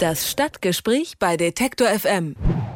Das Stadtgespräch bei Detektor FM.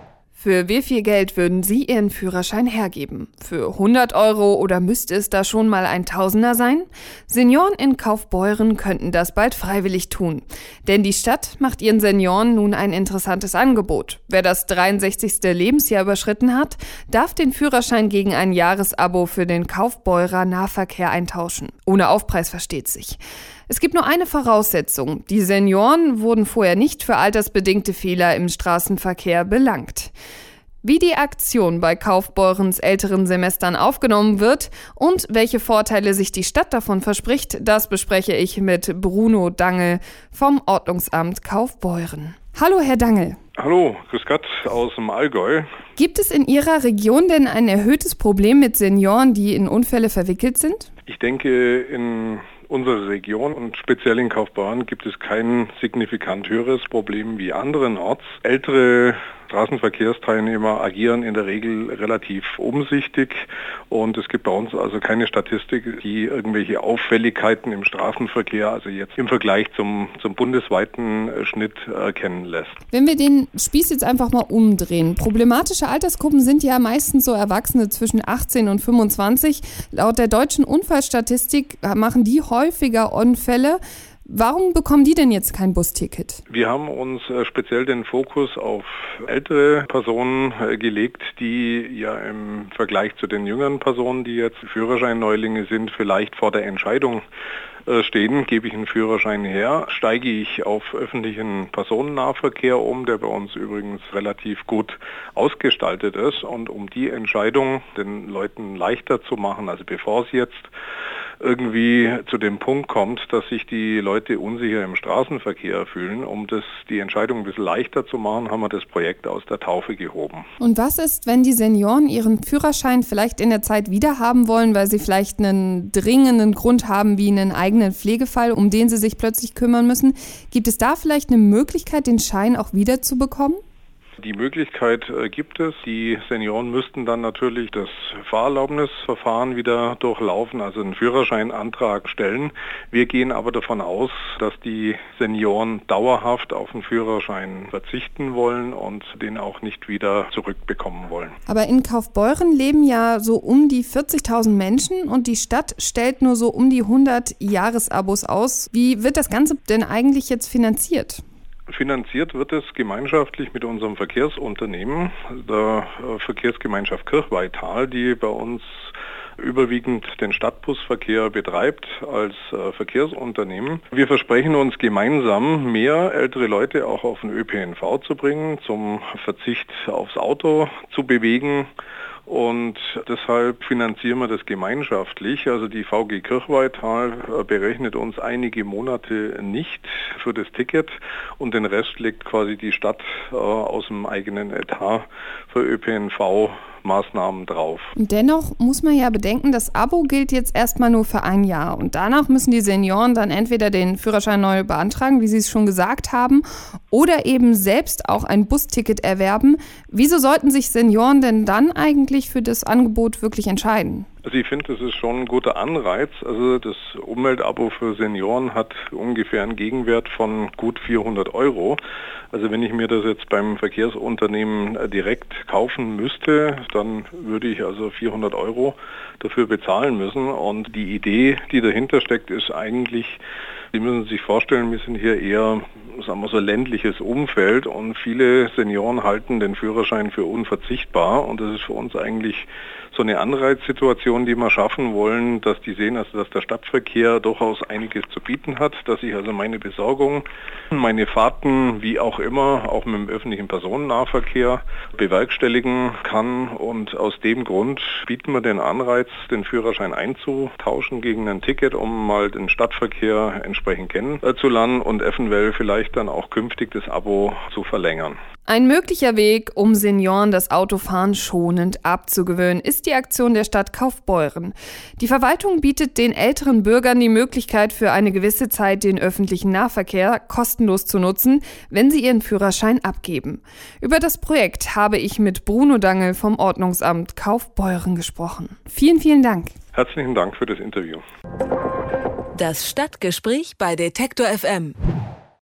Für wie viel Geld würden Sie Ihren Führerschein hergeben? Für 100 Euro oder müsste es da schon mal ein Tausender sein? Senioren in Kaufbeuren könnten das bald freiwillig tun. Denn die Stadt macht ihren Senioren nun ein interessantes Angebot. Wer das 63. Lebensjahr überschritten hat, darf den Führerschein gegen ein Jahresabo für den Kaufbeurer Nahverkehr eintauschen. Ohne Aufpreis, versteht sich. Es gibt nur eine Voraussetzung. Die Senioren wurden vorher nicht für altersbedingte Fehler im Straßenverkehr belangt. Wie die Aktion bei Kaufbeurens älteren Semestern aufgenommen wird und welche Vorteile sich die Stadt davon verspricht, das bespreche ich mit Bruno Dangel vom Ordnungsamt Kaufbeuren. Hallo, Herr Dangel. Hallo, grüß Gott aus dem Allgäu. Gibt es in Ihrer Region denn ein erhöhtes Problem mit Senioren, die in Unfälle verwickelt sind? Ich denke, in unserer Region und speziell in Kaufbeuren gibt es kein signifikant höheres Problem wie anderenorts. Ältere Straßenverkehrsteilnehmer agieren in der Regel relativ umsichtig und es gibt bei uns also keine Statistik, die irgendwelche Auffälligkeiten im Straßenverkehr, also jetzt im Vergleich zum bundesweiten Schnitt erkennen lässt. Wenn wir den Spieß jetzt einfach mal umdrehen. Problematische Altersgruppen sind ja meistens so Erwachsene zwischen 18 und 25. Laut der deutschen Unfallstatistik machen die häufiger Unfälle. Warum bekommen die denn jetzt kein Busticket? Wir haben uns speziell den Fokus auf ältere Personen gelegt, die ja im Vergleich zu den jüngeren Personen, die jetzt Führerscheinneulinge sind, vielleicht vor der Entscheidung stehen, gebe ich einen Führerschein her, steige ich auf öffentlichen Personennahverkehr um, der bei uns übrigens relativ gut ausgestaltet ist. Und um die Entscheidung den Leuten leichter zu machen, also bevor es jetzt irgendwie zu dem Punkt kommt, dass sich die Leute unsicher im Straßenverkehr fühlen, um die Entscheidung ein bisschen leichter zu machen, haben wir das Projekt aus der Taufe gehoben. Und was ist, wenn die Senioren ihren Führerschein vielleicht in der Zeit wieder haben wollen, weil sie vielleicht einen dringenden Grund haben, wie einen eigenen Pflegefall, um den sie sich plötzlich kümmern müssen? Gibt es da vielleicht eine Möglichkeit, den Schein auch wieder zu bekommen? Die Möglichkeit gibt es. Die Senioren müssten dann natürlich das Fahrerlaubnisverfahren wieder durchlaufen, also einen Führerscheinantrag stellen. Wir gehen aber davon aus, dass die Senioren dauerhaft auf den Führerschein verzichten wollen und den auch nicht wieder zurückbekommen wollen. Aber in Kaufbeuren leben ja so um die 40.000 Menschen und die Stadt stellt nur so um die 100 Jahresabos aus. Wie wird das Ganze denn eigentlich jetzt finanziert? Finanziert wird es gemeinschaftlich mit unserem Verkehrsunternehmen, der Verkehrsgemeinschaft Kirchweihtal, die bei uns überwiegend den Stadtbusverkehr betreibt als Verkehrsunternehmen. Wir versprechen uns gemeinsam, mehr ältere Leute auch auf den ÖPNV zu bringen, zum Verzicht aufs Auto zu bewegen. Und deshalb finanzieren wir das gemeinschaftlich. Also die VG Kirchweihtal berechnet uns einige Monate nicht für das Ticket und den Rest legt quasi die Stadt aus dem eigenen Etat für ÖPNV-Maßnahmen drauf. Und dennoch muss man ja bedenken, das Abo gilt jetzt erstmal nur für ein Jahr und danach müssen die Senioren dann entweder den Führerschein neu beantragen, wie Sie es schon gesagt haben, oder eben selbst auch ein Busticket erwerben. Wieso sollten sich Senioren denn dann eigentlich für das Angebot wirklich entscheiden? Also ich finde, das ist schon ein guter Anreiz. Also das Umweltabo für Senioren hat ungefähr einen Gegenwert von gut 400 Euro. Also wenn ich mir das jetzt beim Verkehrsunternehmen direkt kaufen müsste, dann würde ich also 400 Euro dafür bezahlen müssen. Und die Idee, die dahinter steckt, ist eigentlich, Sie müssen sich vorstellen, wir sind hier eher, sagen wir so, ländliches Umfeld und viele Senioren halten den Führerschein für unverzichtbar und das ist für uns eigentlich so eine Anreizsituation, die wir schaffen wollen, dass die sehen, also dass der Stadtverkehr durchaus einiges zu bieten hat, dass ich also meine Besorgung, meine Fahrten, wie auch immer, auch mit dem öffentlichen Personennahverkehr bewerkstelligen kann und aus dem Grund bieten wir den Anreiz, den Führerschein einzutauschen gegen ein Ticket, um mal den Stadtverkehr entsprechend kennenzulernen und eventuell vielleicht dann auch künftig das Abo zu verlängern. Ein möglicher Weg, um Senioren das Autofahren schonend abzugewöhnen, ist die Aktion der Stadt Kaufbeuren. Die Verwaltung bietet den älteren Bürgern die Möglichkeit, für eine gewisse Zeit den öffentlichen Nahverkehr kostenlos zu nutzen, wenn sie ihren Führerschein abgeben. Über das Projekt habe ich mit Bruno Dangel vom Ordnungsamt Kaufbeuren gesprochen. Vielen, vielen Dank. Herzlichen Dank für das Interview. Das Stadtgespräch bei Detektor FM.